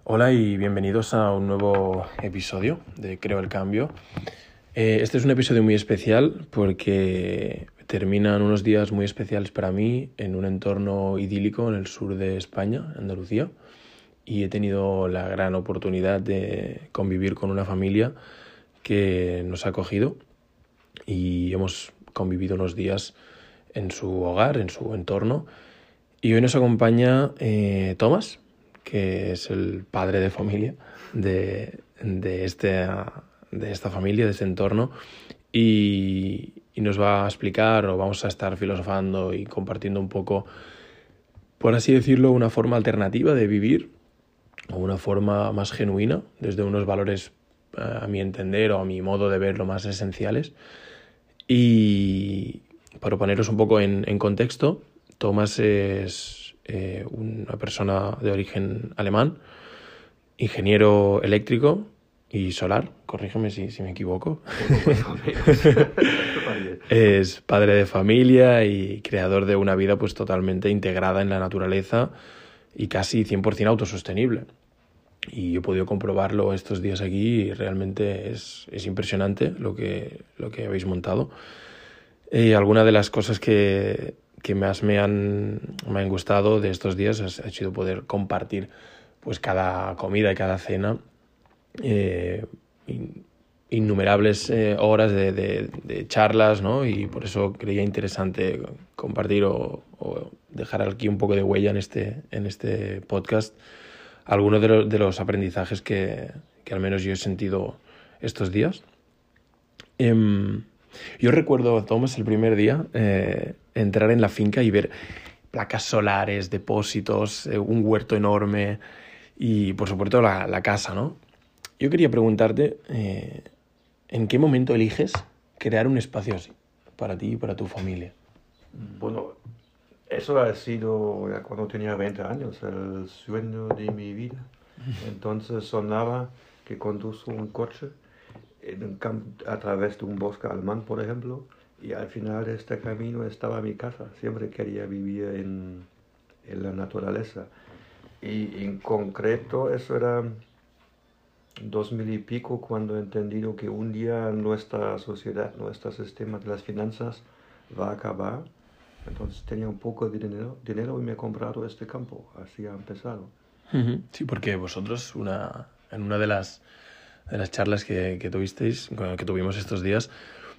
Hola y bienvenidos a un nuevo episodio de Creo el Cambio. Este es un episodio muy especial porque terminan unos días muy especiales para mí en un entorno idílico en el sur de España, Andalucía, y he tenido la gran oportunidad de convivir con una familia que nos ha acogido y hemos convivido unos días en su hogar, en su entorno. Y hoy nos acompaña Tomás, que es el padre de familia de esta familia, de este entorno, y nos va a explicar, o vamos a estar filosofando y compartiendo un poco, por así decirlo, una forma alternativa de vivir, o una forma más genuina, desde unos valores, a mi entender, o a mi modo de ver, lo más esenciales. Y para poneros un poco en contexto, Tomás es una persona de origen alemán, ingeniero eléctrico y solar, corrígeme si me equivoco. Es padre de familia y creador de una vida pues totalmente integrada en la naturaleza y casi 100% autosostenible. Y yo he podido comprobarlo estos días aquí y realmente es impresionante lo que habéis montado. Alguna de las cosas que más me han gustado de estos días ha sido poder compartir pues cada comida y cada cena, innumerables horas de charlas, ¿no? Y por eso creía interesante compartir o dejar aquí un poco de huella en este podcast algunos de los aprendizajes que al menos yo he sentido estos días. Yo recuerdo, Tomás, el primer día entrar en la finca y ver placas solares, depósitos, un huerto enorme y, por supuesto, la casa, ¿no? Yo quería preguntarte, ¿en qué momento eliges crear un espacio así para ti y para tu familia? Bueno, eso ha sido ya cuando tenía 20 años, el sueño de mi vida. Entonces sonaba que conduzco un coche a través de un bosque alemán, por ejemplo, y al final de este camino estaba mi casa. Siempre quería vivir en la naturaleza. Y en concreto eso era 2000 y pico cuando he entendido que un día nuestra sociedad, nuestro sistema de las finanzas va a acabar. Entonces tenía un poco de dinero y me he comprado este campo. Así ha empezado. Sí, porque vosotros, en una de las charlas que tuvimos estos días,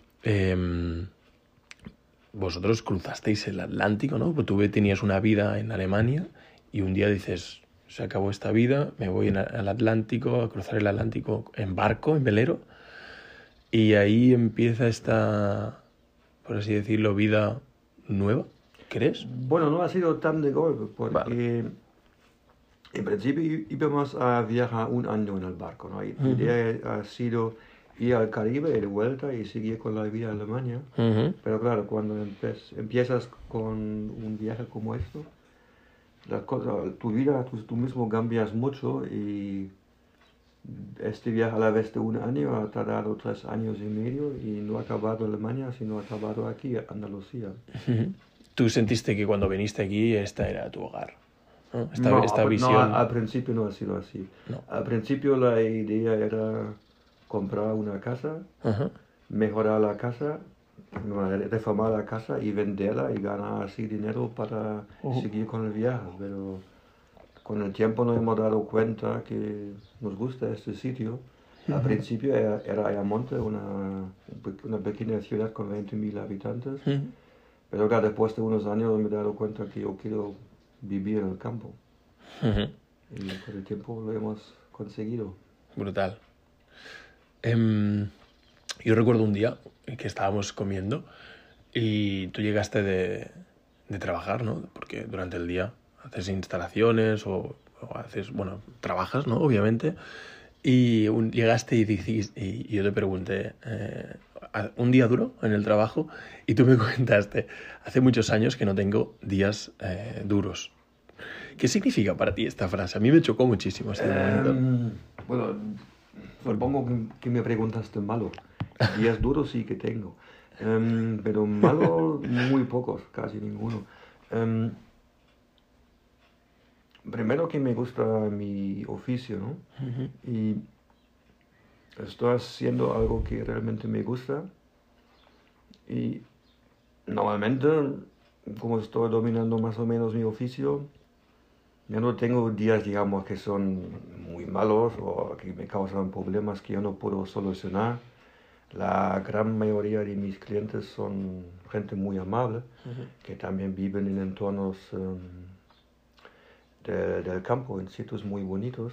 vosotros cruzasteis el Atlántico, ¿no? Pues tú tenías una vida en Alemania y un día dices, se acabó esta vida, me voy al Atlántico, a cruzar el Atlántico en barco, en velero, y ahí empieza esta, por así decirlo, vida nueva, ¿crees? Bueno, no ha sido tan de golpe porque Vale. en principio íbamos a viajar un año en el barco, ¿no? Y la idea ha sido ir al Caribe y de vuelta y seguir con la vida en Alemania. Pero claro, cuando empiezas con un viaje como esto, tu vida, tú mismo cambias mucho y este viaje a la vez de un año ha tardado 3 años y medio y no ha acabado en Alemania, sino ha acabado aquí, en Andalucía. ¿Tú sentiste que cuando viniste aquí esta era tu hogar, ¿no? No, Esta no, visión... al principio no ha sido así. No. Al principio la idea era comprar una casa, Ajá. mejorar la casa, reformar la casa y venderla y ganar así dinero para seguir con el viaje. Pero con el tiempo nos hemos dado cuenta que nos gusta este sitio. Al principio era Ayamonte, una pequeña ciudad con 20.000 habitantes. Pero claro, después de unos años me he dado cuenta que yo quiero vivir en el campo. Y con el tiempo lo hemos conseguido. Brutal. Yo recuerdo un día que estábamos comiendo y tú llegaste de trabajar, ¿no? Porque durante el día haces instalaciones o haces, bueno, trabajas, ¿no? Obviamente. Y llegaste y yo te pregunté, ¿un día duro en el trabajo? Y tú me comentaste, hace muchos años que no tengo días duros. ¿Qué significa para ti esta frase? A mí me chocó muchísimo este momento. Bueno, supongo que me preguntaste malo. Días duros sí que tengo. Pero malo muy pocos, casi ninguno. primero que me gusta mi oficio, ¿no? Y estoy haciendo algo que realmente me gusta. Y normalmente, como estoy dominando más o menos mi oficio, ya no tengo días, digamos, que son muy malos o que me causan problemas que yo no puedo solucionar. La gran mayoría de mis clientes son gente muy amable, que también viven en entornos del campo, en sitios muy bonitos.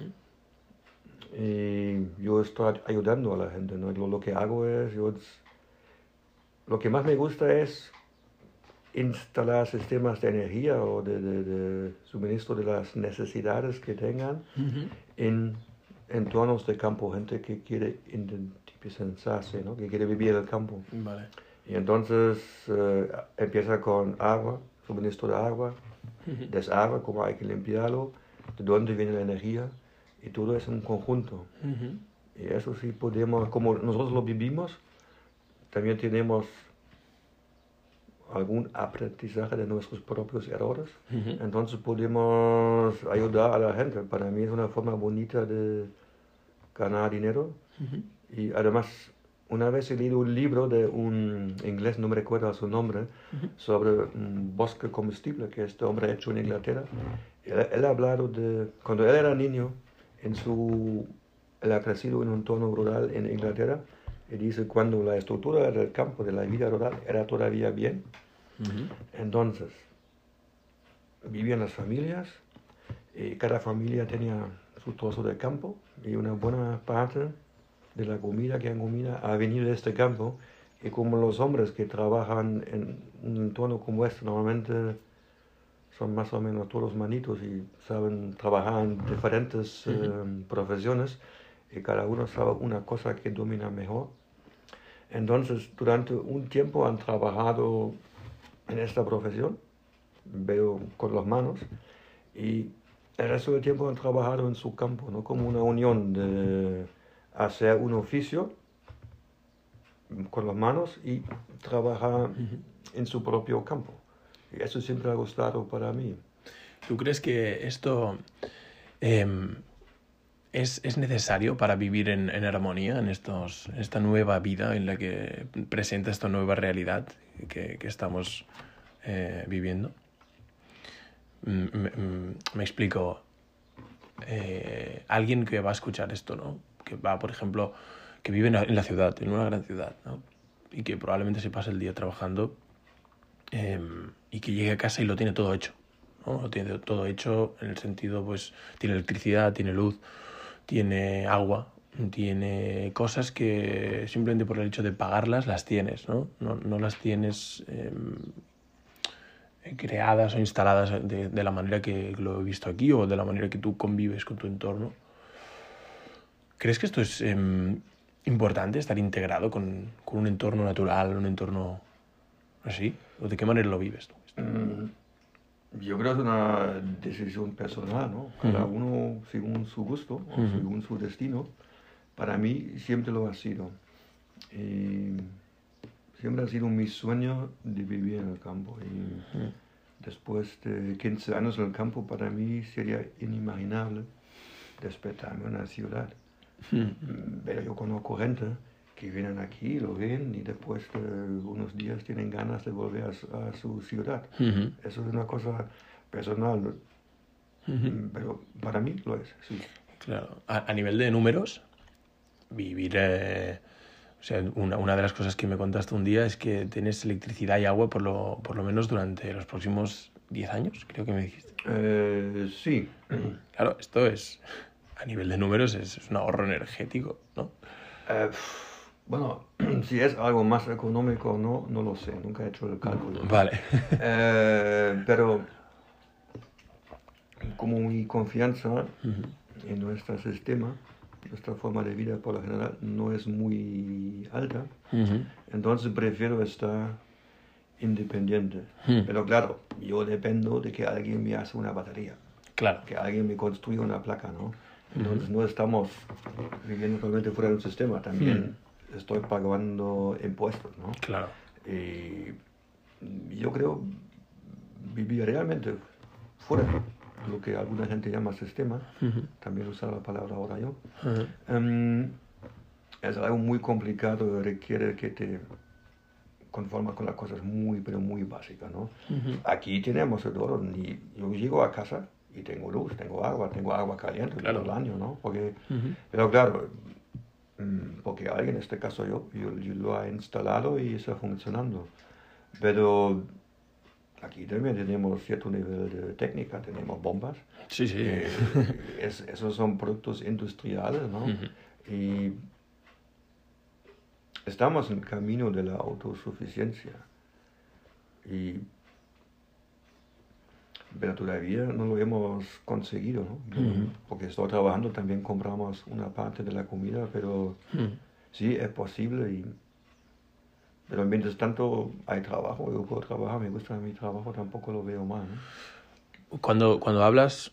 Y yo estoy ayudando a la gente, ¿no? Lo que hago es, lo que más me gusta es instalar sistemas de energía o de suministro de las necesidades que tengan en entornos de campo, gente que quiere independizarse, ¿no? Que quiere vivir el campo. Vale. Y entonces empieza con agua, suministro de agua, desagua, cómo hay que limpiarlo, de dónde viene la energía, y todo es un conjunto. Y eso sí podemos, como nosotros lo vivimos, también tenemos algún aprendizaje de nuestros propios errores. Entonces podemos ayudar a la gente. Para mí es una forma bonita de ganar dinero. Y además, una vez he leído un libro de un inglés, no me recuerdo su nombre, sobre un bosque comestible que este hombre ha hecho en Inglaterra. Él ha hablado de, cuando él era niño, él ha crecido en un entorno rural en Inglaterra, y dice cuando la estructura del campo, de la vida rural, era todavía bien. Entonces, vivían las familias, y cada familia tenía su trozo de campo, y una buena parte de la comida que han comido ha venido de este campo. Y como los hombres que trabajan en un entorno como este normalmente son más o menos todos manitos y saben trabajar en diferentes profesiones, y cada uno sabe una cosa que domina mejor. Entonces, durante un tiempo han trabajado en esta profesión, veo con las manos, y el resto del tiempo han trabajado en su campo, ¿no? Como una unión de hacer un oficio con las manos y trabajar en su propio campo. Y eso siempre ha gustado para mí. ¿Tú crees que esto es necesario para vivir en armonía en esta nueva vida en la que presenta esta nueva realidad que estamos viviendo? Me explico. Alguien que va a escuchar esto, ¿no? Que va, por ejemplo, que vive en la ciudad, en una gran ciudad, ¿no? Y que probablemente se pase el día trabajando y que llegue a casa y lo tiene todo hecho, ¿no? Lo tiene todo hecho en el sentido, pues, tiene electricidad, tiene luz, tiene agua, tiene cosas que simplemente por el hecho de pagarlas las tienes, ¿no? No las tienes creadas o instaladas de la manera que lo he visto aquí o de la manera que tú convives con tu entorno. ¿Crees que esto es importante, estar integrado con un entorno natural, un entorno así? ¿O de qué manera lo vives tú? Yo creo que es una decisión personal, ¿no? Cada uno según su gusto o según su destino. Para mí siempre lo ha sido. Siempre ha sido mi sueño de vivir en el campo. Y después de 15 años en el campo, para mí sería inimaginable despertarme en una ciudad. Pero yo conozco gente que vienen aquí, lo ven y después de unos días tienen ganas de volver a su ciudad. Eso es una cosa personal, pero para mí lo es, sí. Claro. A nivel de números, vivir... o sea, una de las cosas que me contaste un día es que tienes electricidad y agua por lo menos durante los próximos 10 años, creo que me dijiste. Sí. Claro, esto es... A nivel de números es un ahorro energético, ¿no? Bueno, si es algo más económico o no, no lo sé, nunca he hecho el cálculo. Vale. Pero como mi confianza en nuestro sistema, nuestra forma de vida por lo general no es muy alta, entonces prefiero estar independiente. Pero claro, yo dependo de que alguien me hace una batería. Claro. Que alguien me construya una placa, ¿no? Entonces no estamos viviendo totalmente fuera del sistema, también estoy pagando impuestos, ¿no? Claro. Y yo creo vivir realmente fuera lo que alguna gente llama sistema, también usar la palabra ahora yo, es algo muy complicado, requiere que te conformas con las cosas pero muy básicas, ¿no? Aquí tenemos todo, yo llego a casa y tengo luz, tengo agua caliente todo el año, ¿no? Pero claro, porque alguien, en este caso yo lo ha instalado y está funcionando. Pero aquí también tenemos cierto nivel de técnica, tenemos bombas. Sí. Esos son productos industriales, ¿no? Y estamos en el camino de la autosuficiencia. Pero todavía no lo hemos conseguido, ¿no? Porque estoy trabajando, también compramos una parte de la comida, pero sí, es posible. Pero mientras tanto hay trabajo, yo puedo trabajar, me gusta mi trabajo, tampoco lo veo mal, ¿no? Cuando hablas,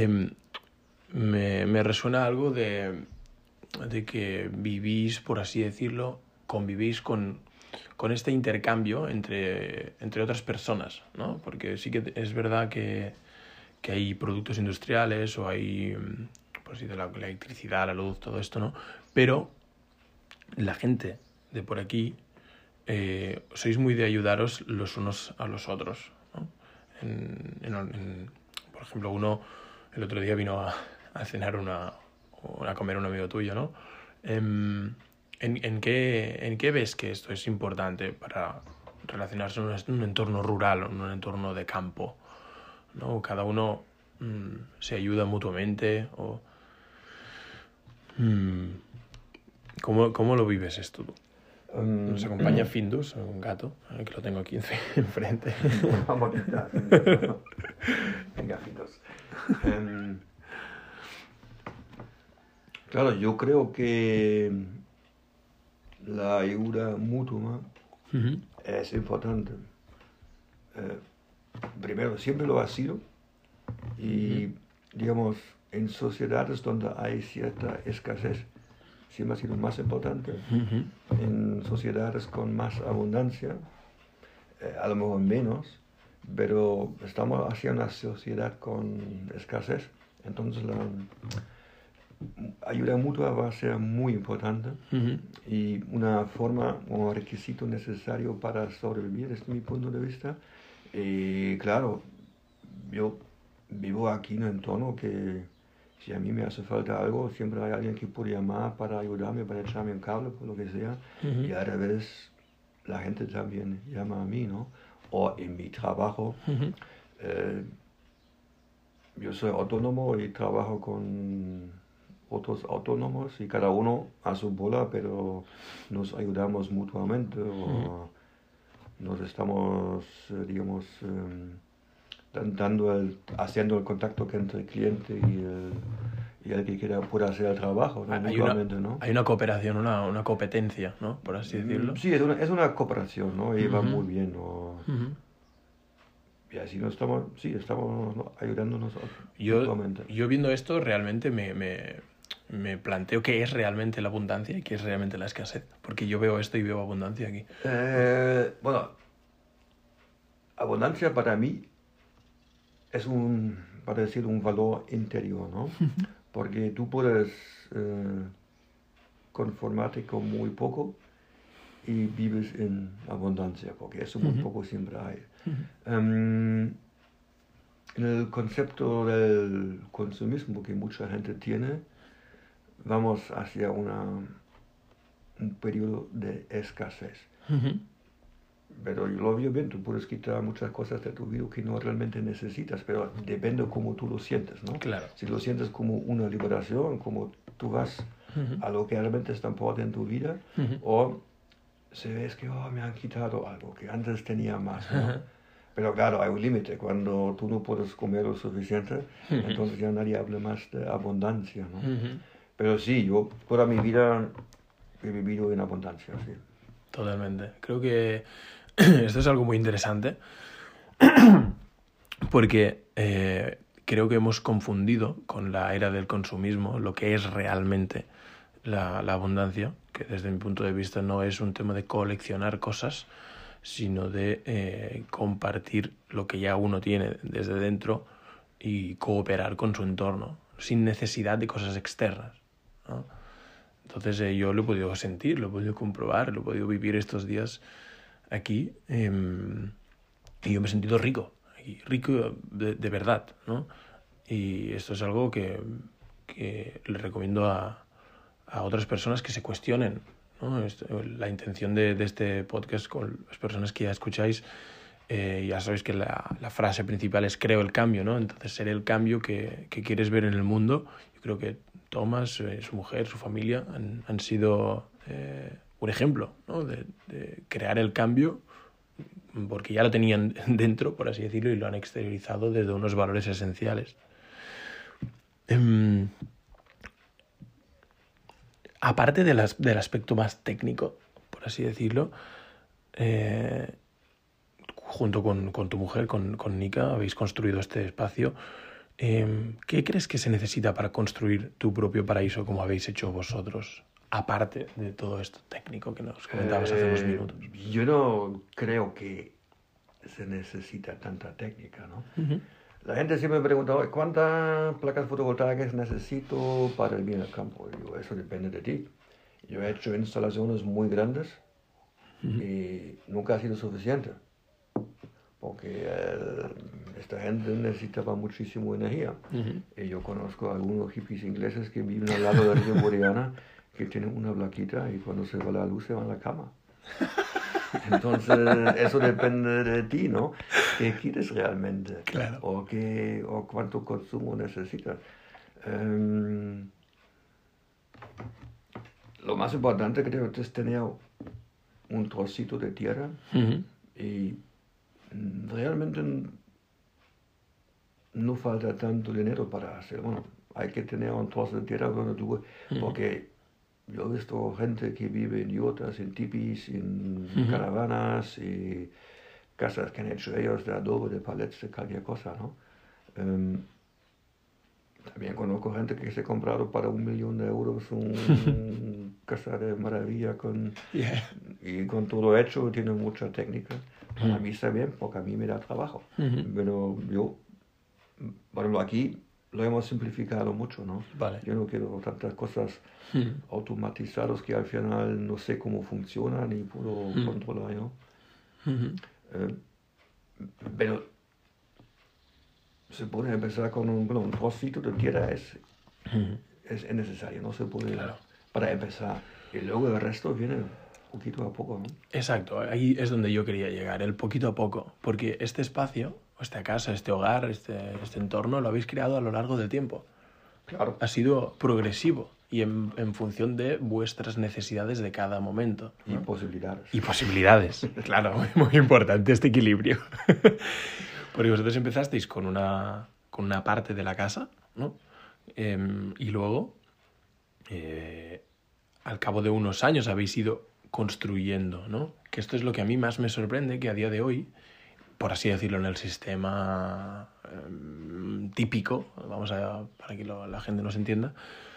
me resuena algo de que vivís, por así decirlo, convivís con este intercambio entre otras personas, ¿no? Porque sí que es verdad que hay productos industriales o hay, pues sí, de la electricidad, la luz, todo esto, ¿no? Pero la gente de por aquí sois muy de ayudaros los unos a los otros, ¿no? Por ejemplo, uno el otro día vino a cenar a comer un amigo tuyo, ¿no? ¿En qué ves que esto es importante para relacionarse en un entorno rural o en un entorno de campo, ¿no? Cada uno se ayuda mutuamente o... ¿Cómo lo vives esto tú? Nos acompaña Findus, un gato, que lo tengo aquí enfrente. Vamos a intentar. Venga, Findus. Claro, yo creo que la ayuda mutua es importante. Primero, siempre lo ha sido. Y, digamos, en sociedades donde hay cierta escasez, siempre ha sido más importante. En sociedades con más abundancia, a lo mejor menos, pero estamos hacia una sociedad con escasez. Entonces la ayuda mutua va a ser muy importante y una forma o requisito necesario para sobrevivir desde mi punto de vista. Y claro, yo vivo aquí en un entorno que si a mí me hace falta algo, siempre hay alguien que puede llamar para ayudarme, para echarme un cable, por lo que sea. Y a revés, la gente también llama a mí, ¿no? O en mi trabajo, yo soy autónomo y trabajo con otros autónomos y cada uno a su bola, pero nos ayudamos mutuamente o nos estamos, digamos, haciendo el contacto entre el cliente y el que pueda hacer el trabajo, ¿no? Hay una cooperación, una competencia, ¿no? Por así decirlo. Sí, es una cooperación, ¿no? Y va muy bien, ¿no? Y así estamos ayudándonos mutuamente. Yo viendo esto realmente me planteo qué es realmente la abundancia y qué es realmente la escasez. Porque yo veo esto y veo abundancia aquí. Bueno, abundancia para mí es para decir, un valor interior, ¿no? Porque tú puedes conformarte con muy poco y vives en abundancia, porque eso muy poco siempre hay. En el concepto del consumismo que mucha gente tiene, vamos hacia un periodo de escasez. Pero yo lo veo bien, tú puedes quitar muchas cosas de tu vida que no realmente necesitas, pero depende cómo tú lo sientes, ¿no? Claro. Si lo sientes como una liberación, como tú vas a lo que realmente está importante en tu vida, o si ves que me han quitado algo que antes tenía más, ¿no? Pero claro, hay un límite. Cuando tú no puedes comer lo suficiente, entonces ya nadie habla más de abundancia, ¿no? Pero sí, yo toda mi vida he vivido en abundancia, sí. Totalmente. Creo que esto es algo muy interesante porque creo que hemos confundido con la era del consumismo lo que es realmente la abundancia, que desde mi punto de vista no es un tema de coleccionar cosas, sino de compartir lo que ya uno tiene desde dentro y cooperar con su entorno, sin necesidad de cosas externas, ¿no? Entonces yo lo he podido sentir, lo he podido comprobar, lo he podido vivir estos días aquí, y yo me he sentido rico de verdad, ¿no? Y esto es algo que le recomiendo a otras personas que se cuestionen, ¿no? La intención de este podcast con las personas que ya escucháis, ya sabéis que la frase principal es creo el cambio, ¿no? Entonces ser el cambio que quieres ver en el mundo. Yo creo que Thomas, su mujer, su familia han sido un ejemplo, ¿no? de crear el cambio, porque ya lo tenían dentro, por así decirlo, y lo han exteriorizado desde unos valores esenciales. Aparte del aspecto más técnico, por así decirlo, junto con tu mujer, con Nika, habéis construido este espacio. ¿Qué crees que se necesita para construir tu propio paraíso como habéis hecho vosotros? Aparte de todo esto técnico que nos comentabas hace unos minutos. Yo no creo que se necesita tanta técnica, ¿no? Uh-huh. La gente siempre me pregunta, ¿cuántas placas fotovoltaicas necesito para irme al campo? Y digo, eso depende de ti. Yo he hecho instalaciones muy grandes y nunca ha sido suficiente. Porque esta gente necesitaba muchísima energía. Y yo conozco a algunos hippies ingleses que viven al lado del río Guadiana, que tienen una plaquita y cuando se va la luz se van a la cama. Entonces, eso depende de ti, ¿no? ¿Qué quieres realmente? Claro. O cuánto consumo necesitas. Lo más importante creo que es tener un trocito de tierra y realmente no falta tanto dinero para hacer. Bueno, hay que tener un trozo de tierra donde tú, porque yo he visto gente que vive en yotas, en tipis, en caravanas y casas que han hecho ellos de adobe, de palets, de cualquier cosa, ¿no? También conozco gente que se ha comprado para €1.000.000 una casa de maravilla y con todo hecho, tiene mucha técnica. Para mí está bien, porque a mí me da trabajo. Pero yo, por ejemplo, aquí lo hemos simplificado mucho, ¿no? Vale. Yo no quiero tantas cosas automatizadas que al final no sé cómo funcionan ni puedo controlar yo. Pero se puede empezar con un trocito de tierra, es necesario, no se puede, claro, para empezar. Y luego el resto viene poquito a poco, ¿no? Exacto, ahí es donde yo quería llegar, el poquito a poco, porque este espacio, esta casa, este hogar, este entorno, lo habéis creado a lo largo del tiempo. Claro. Ha sido progresivo y en función de vuestras necesidades de cada momento, ¿no? Y posibilidades. Y posibilidades, claro, muy importante este equilibrio. Porque vosotros empezasteis con una parte de la casa, ¿no? Y luego, al cabo de unos años, habéis ido construyendo, ¿no? Que esto es lo que a mí más me sorprende, que a día de hoy, por así decirlo, en el sistema típico, para que la gente nos entienda,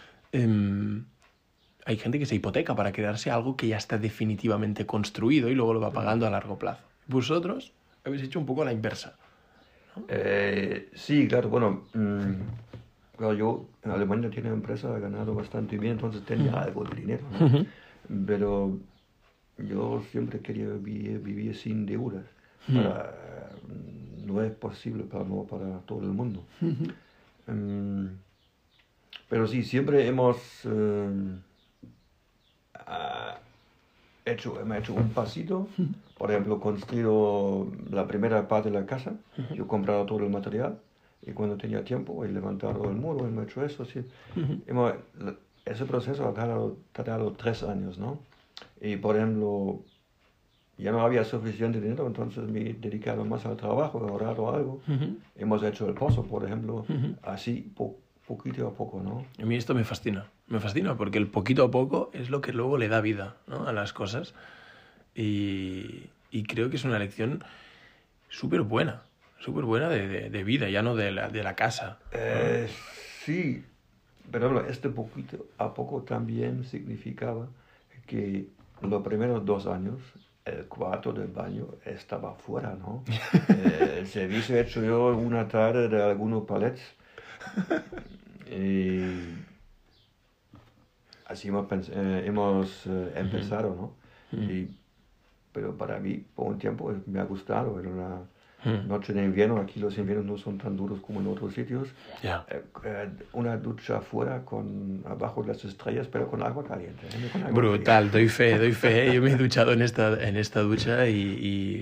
hay gente que se hipoteca para quedarse algo que ya está definitivamente construido y luego lo va pagando a largo plazo. Vosotros habéis hecho un poco la inversa, ¿no? Sí, claro, bueno, claro, yo en Alemania tenía una empresa, he ganado bastante bien, entonces tenía algo de dinero, ¿no? Pero yo siempre quería vivir sin deudas. No es posible para todo el mundo. Pero sí, siempre hemos hecho un pasito. Por ejemplo, construido la primera parte de la casa. Yo he comprado todo el material y cuando tenía tiempo he levantado el muro, hemos hecho eso. Sí. Ese proceso ha tardado 3 años, ¿no? Y por ejemplo, ya no había suficiente dinero, entonces me he dedicado más al trabajo, he ahorrado algo. Hemos hecho el pozo, por ejemplo, así poquito a poco, ¿no? A mí esto me fascina porque el poquito a poco es lo que luego le da vida, ¿no?, a las cosas. Y creo que es una lección súper buena de vida, ya no de la casa. Sí, pero este poquito a poco también significaba que los primeros 2 años el cuarto del baño estaba fuera, ¿no? El servicio he hecho yo una tarde de algunos palets y así hemos empezado, ¿no? Pero para mí, por un tiempo, me ha gustado. Era una noche de invierno, aquí los inviernos no son tan duros como en otros sitios. Ya. Una ducha afuera, abajo de las estrellas, pero con agua caliente. Con agua Brutal, doy fe. Yo me he duchado en esta ducha y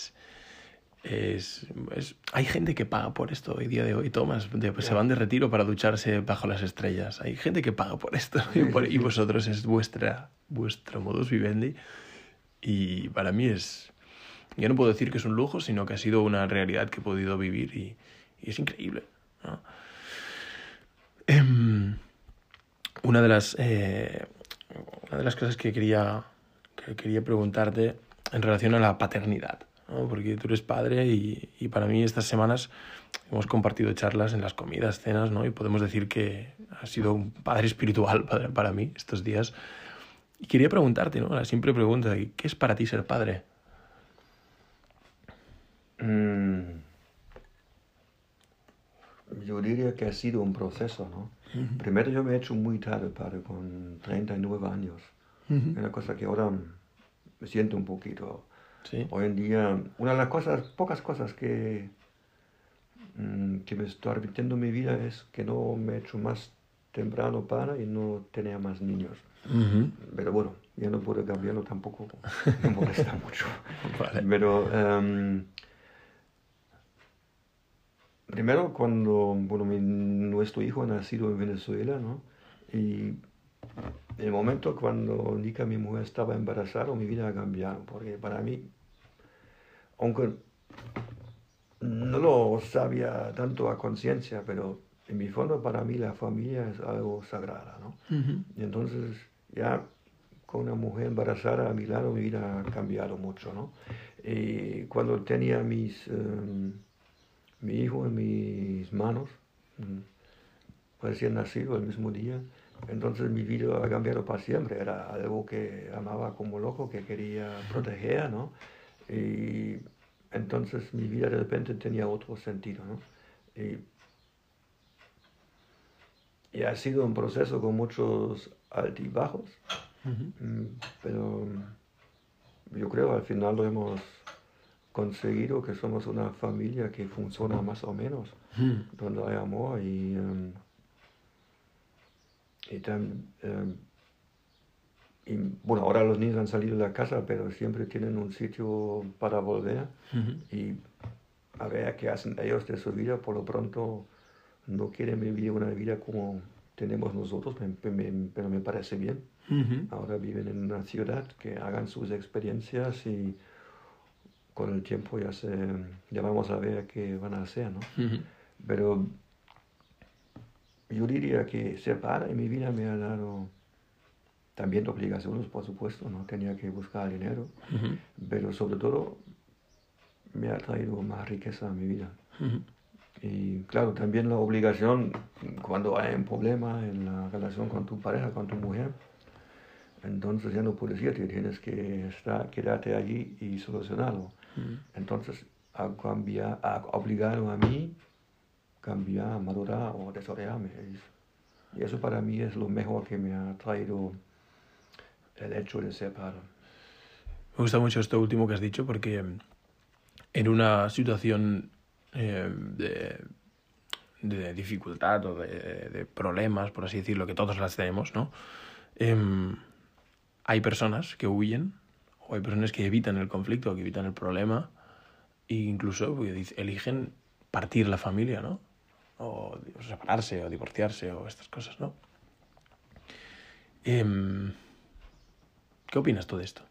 hay gente que paga por esto hoy día de hoy, Tomás. Se van de retiro para ducharse bajo las estrellas. Hay gente que paga por esto y vosotros es vuestro modus vivendi. Y para mí yo no puedo decir que es un lujo, sino que ha sido una realidad que he podido vivir y es increíble, ¿no? Una de las cosas que quería preguntarte en relación a la paternidad, ¿no? Porque tú eres padre y para mí estas semanas hemos compartido charlas en las comidas, cenas, ¿no? Y podemos decir que has sido un padre espiritual para mí estos días. Y quería preguntarte, ¿no? La simple pregunta, ¿qué es para ti ser padre? Yo diría que ha sido un proceso, ¿no? Primero yo me he hecho muy tarde padre, con 39 años. Una cosa que ahora me siento un poquito. Sí. Hoy en día, una de las pocas cosas que me estoy arrepintiendo en mi vida es que no me he hecho más temprano padre y no tenía más niños. Pero bueno, ya no puedo cambiarlo tampoco, me molesta mucho. Vale. Pero primero cuando nuestro hijo ha nacido en Venezuela, ¿no? Y el momento cuando Nika, mi mujer, estaba embarazada, mi vida ha cambiado, porque para mí, aunque no lo sabía tanto a conciencia, pero en mi fondo para mí la familia es algo sagrado, ¿no? Y entonces ya con una mujer embarazada a mi lado mi vida ha cambiado mucho, ¿no? Y cuando tenía mi hijo en mis manos, recién nacido el mismo día, entonces mi vida ha cambiado para siempre. Era algo que amaba como loco, que quería proteger, ¿no? Y entonces mi vida de repente tenía otro sentido, ¿no? Y ha sido un proceso con muchos altibajos, pero yo creo al final lo hemos conseguido, que somos una familia que funciona más o menos, donde hay amor y bueno, ahora los niños han salido de la casa, pero siempre tienen un sitio para volver y a ver qué hacen ellos de su vida. Por lo pronto no quieren vivir una vida como tenemos nosotros, pero me parece bien. Ahora viven en una ciudad, que hagan sus experiencias y con el tiempo ya vamos a ver qué van a hacer, ¿no? Pero yo diría que ser padre en mi vida me ha dado también obligaciones, por supuesto, ¿no? Tenía que buscar dinero, pero sobre todo me ha traído más riqueza a mi vida. Y claro, también la obligación cuando hay un problema en la relación con tu pareja, con tu mujer, entonces ya no puedes irte, tienes que quedarte allí y solucionarlo. Entonces ha obligado a mí cambiar, madurar o desarrollarme. Y eso para mí es lo mejor que me ha traído el hecho de ser padre. Me gusta mucho esto último que has dicho, porque en una situación de dificultad o de problemas, por así decirlo, que todos las tenemos, ¿no? Hay personas que huyen, o hay personas que evitan el conflicto, que evitan el problema, e incluso eligen partir la familia, ¿no? O separarse, o divorciarse, o estas cosas, ¿no? ¿Qué opinas tú de esto?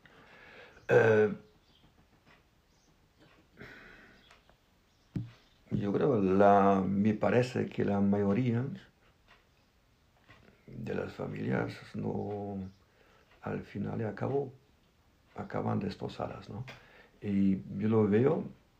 Yo creo, me parece que la mayoría de las familias no, al final y al cabo, acaban destrozadas, ¿no? Y yo lo veo,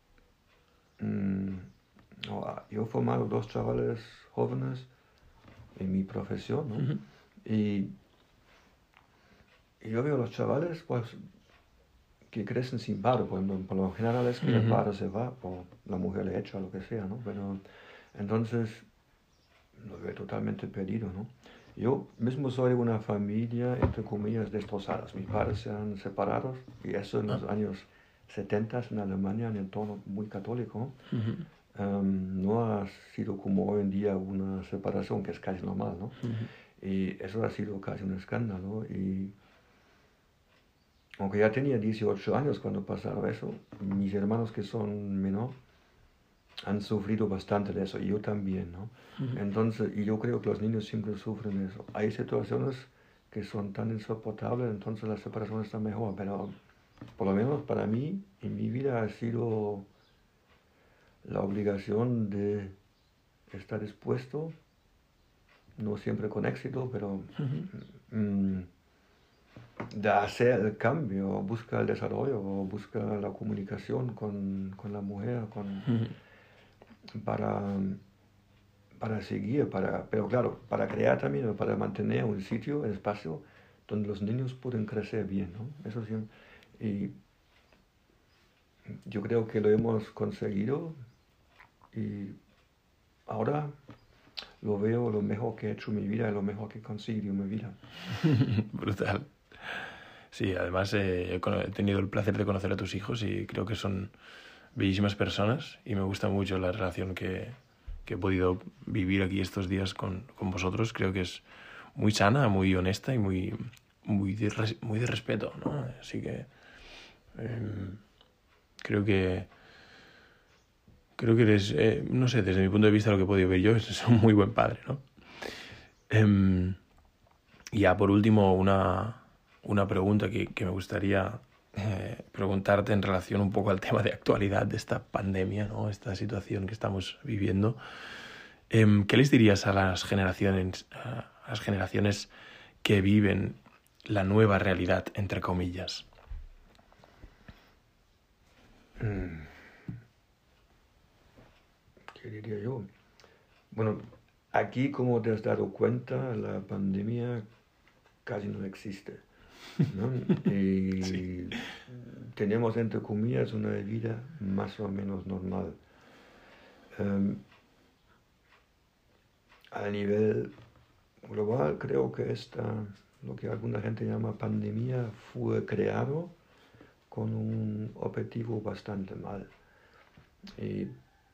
yo he formado 2 chavales jóvenes en mi profesión, ¿no? Y yo veo a los chavales, pues, que crecen sin padre, por lo general es que el padre se va o la mujer le echa, lo que sea, ¿no? Pero entonces lo veo totalmente perdido, ¿no? Yo mismo soy de una familia, entre comillas, destrozadas. Mis padres se han separado y eso en los años 70 en Alemania, en el entorno muy católico. No ha sido como hoy en día una separación que es casi normal, ¿no? Y eso ha sido casi un escándalo. Y aunque ya tenía 18 años cuando pasaba eso, mis hermanos que son menor han sufrido bastante de eso, y yo también, ¿no? Entonces, y yo creo que los niños siempre sufren de eso. Hay situaciones que son tan insoportables, entonces la separación está mejor, pero por lo menos para mí, en mi vida ha sido la obligación de estar dispuesto, no siempre con éxito, pero de hacer el cambio, buscar el desarrollo, buscar la comunicación con la mujer, para seguir, pero claro, para crear también, para mantener un sitio, un espacio donde los niños pueden crecer bien, ¿no? Eso sí, y yo creo que lo hemos conseguido y ahora lo veo lo mejor que he hecho en mi vida y lo mejor que he conseguido en mi vida. Brutal. Sí, además he tenido el placer de conocer a tus hijos y creo que son bellísimas personas y me gusta mucho la relación que he podido vivir aquí estos días con vosotros. Creo que es muy sana, muy honesta y muy de respeto, ¿no? Así que creo que eres, no sé, desde mi punto de vista lo que he podido ver yo es un muy buen padre, ¿no? Y ya por último una pregunta que me gustaría preguntarte en relación un poco al tema de actualidad de esta pandemia, ¿no? Esta situación que estamos viviendo. ¿Qué les dirías a las generaciones que viven la nueva realidad, entre comillas? ¿Qué diría yo? Bueno, aquí, como te has dado cuenta, la pandemia casi no existe, ¿no? Y sí, tenemos, entre comillas, una vida más o menos normal. A nivel global, creo que lo que alguna gente llama pandemia, fue creado con un objetivo bastante mal. Y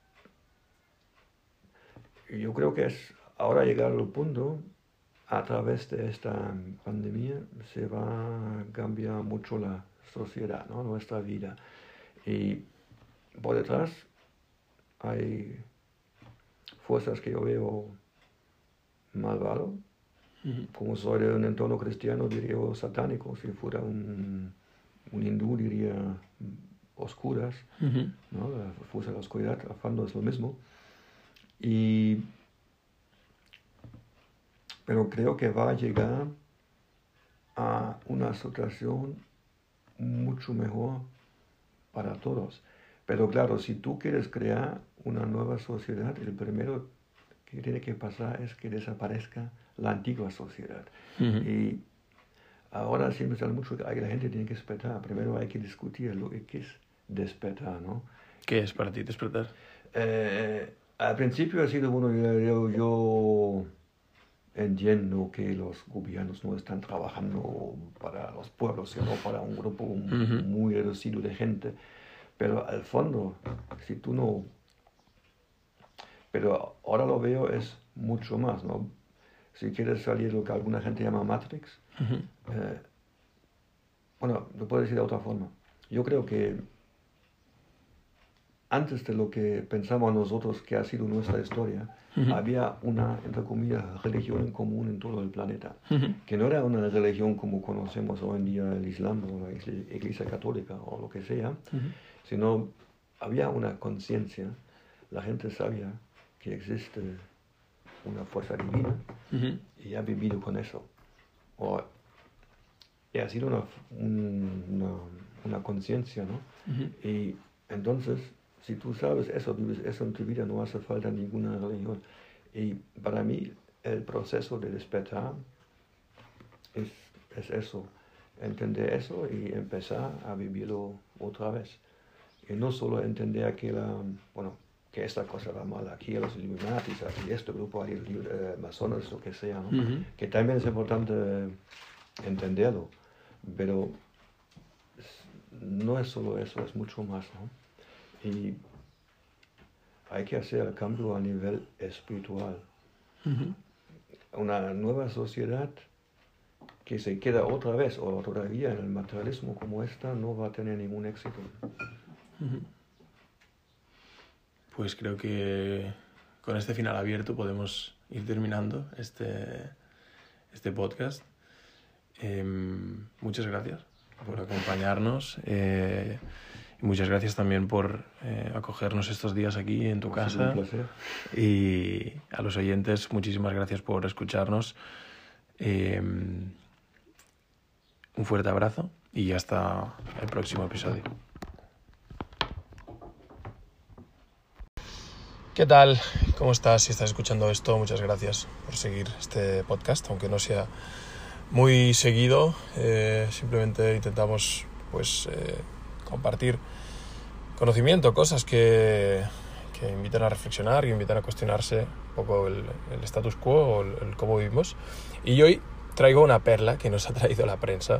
yo creo que es ahora llegar al punto, a través de esta pandemia, se va a cambiar mucho la sociedad, ¿no? Nuestra vida. Y por detrás hay fuerzas que yo veo malvadas. Como soy de un entorno cristiano, diría satánico. Si fuera un hindú, diría oscuras, ¿no? La fuerza de la oscuridad, a fondo es lo mismo. Pero creo que va a llegar a una situación mucho mejor para todos. Pero claro, si tú quieres crear una nueva sociedad, el primero que tiene que pasar es que desaparezca la antigua sociedad. Y ahora siempre sale mucho que la gente tiene que despertar. Primero hay que discutir lo que es despertar, ¿no? ¿Qué es para ti despertar? Al principio ha sido, bueno, yo entiendo que los gobiernos no están trabajando para los pueblos, sino para un grupo muy reducido de gente. Pero al fondo, si tú no... Pero ahora lo veo es mucho más, ¿no? Si quieres salir lo que alguna gente llama Matrix, bueno, lo puedo decir de otra forma. Yo creo que antes de lo que pensamos nosotros que ha sido nuestra historia, había una, entre comillas, religión en común en todo el planeta, que no era una religión como conocemos hoy en día el Islam o la Iglesia Católica o lo que sea, sino había una conciencia. La gente sabía que existe una fuerza divina y ha vivido con eso. Y ha sido una conciencia, ¿no? Y entonces, si tú sabes eso, vives eso en tu vida, no hace falta ninguna religión. Y para mí, el proceso de despertar es eso. entender eso y empezar a vivirlo otra vez. Y no solo entender que que esta cosa va mal aquí, los Illuminatis, aquí este grupo, aquí masones, lo que sea, ¿no? Ujú. Que también es importante entenderlo, pero no es solo eso, es mucho más, ¿no? Y hay que hacer el cambio a nivel espiritual. Ujú. Una nueva sociedad que se queda otra vez o todavía en el materialismo como esta no va a tener ningún éxito. Ujú. Pues creo que con este final abierto podemos ir terminando este podcast. Muchas gracias por acompañarnos y muchas gracias también por acogernos estos días aquí en tu Ha sido casa. un placer. Y a los oyentes, muchísimas gracias por escucharnos. Un fuerte abrazo y hasta el próximo episodio. ¿Qué tal? ¿Cómo estás? Si estás escuchando esto, muchas gracias por seguir este podcast, aunque no sea muy seguido. Simplemente intentamos compartir conocimiento, cosas que invitan a reflexionar, que invitan a cuestionarse un poco el status quo o el cómo vivimos. Y hoy traigo una perla que nos ha traído la prensa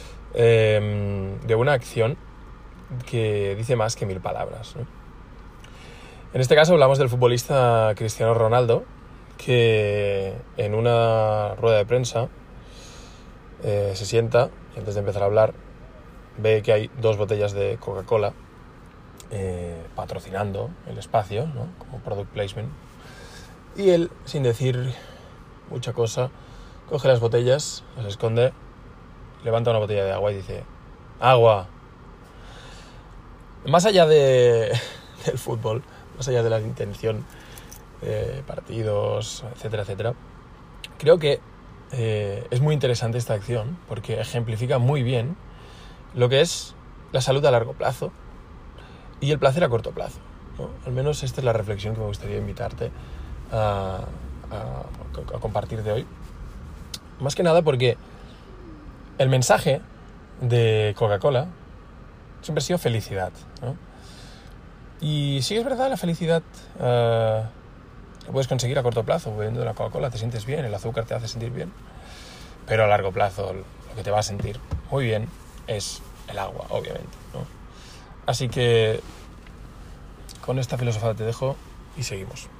de una acción que dice más que 1000 palabras, ¿no? En este caso hablamos del futbolista Cristiano Ronaldo, que en una rueda de prensa se sienta y antes de empezar a hablar ve que hay 2 botellas de Coca-Cola patrocinando el espacio, ¿no? Como product placement, y él, sin decir mucha cosa, coge las botellas, las esconde, levanta una botella de agua y dice: ¡agua! Más allá del fútbol, más allá de la intención de partidos, etcétera, etcétera, creo que es muy interesante esta acción porque ejemplifica muy bien lo que es la salud a largo plazo y el placer a corto plazo, ¿no? Al menos esta es la reflexión que me gustaría invitarte a compartir de hoy. Más que nada porque el mensaje de Coca-Cola siempre ha sido felicidad, ¿no? Y sí es verdad, la felicidad lo puedes conseguir a corto plazo, bebiendo la Coca-Cola te sientes bien, el azúcar te hace sentir bien, pero a largo plazo lo que te va a sentir muy bien es el agua, obviamente, ¿no? Así que con esta filosofía te dejo y seguimos.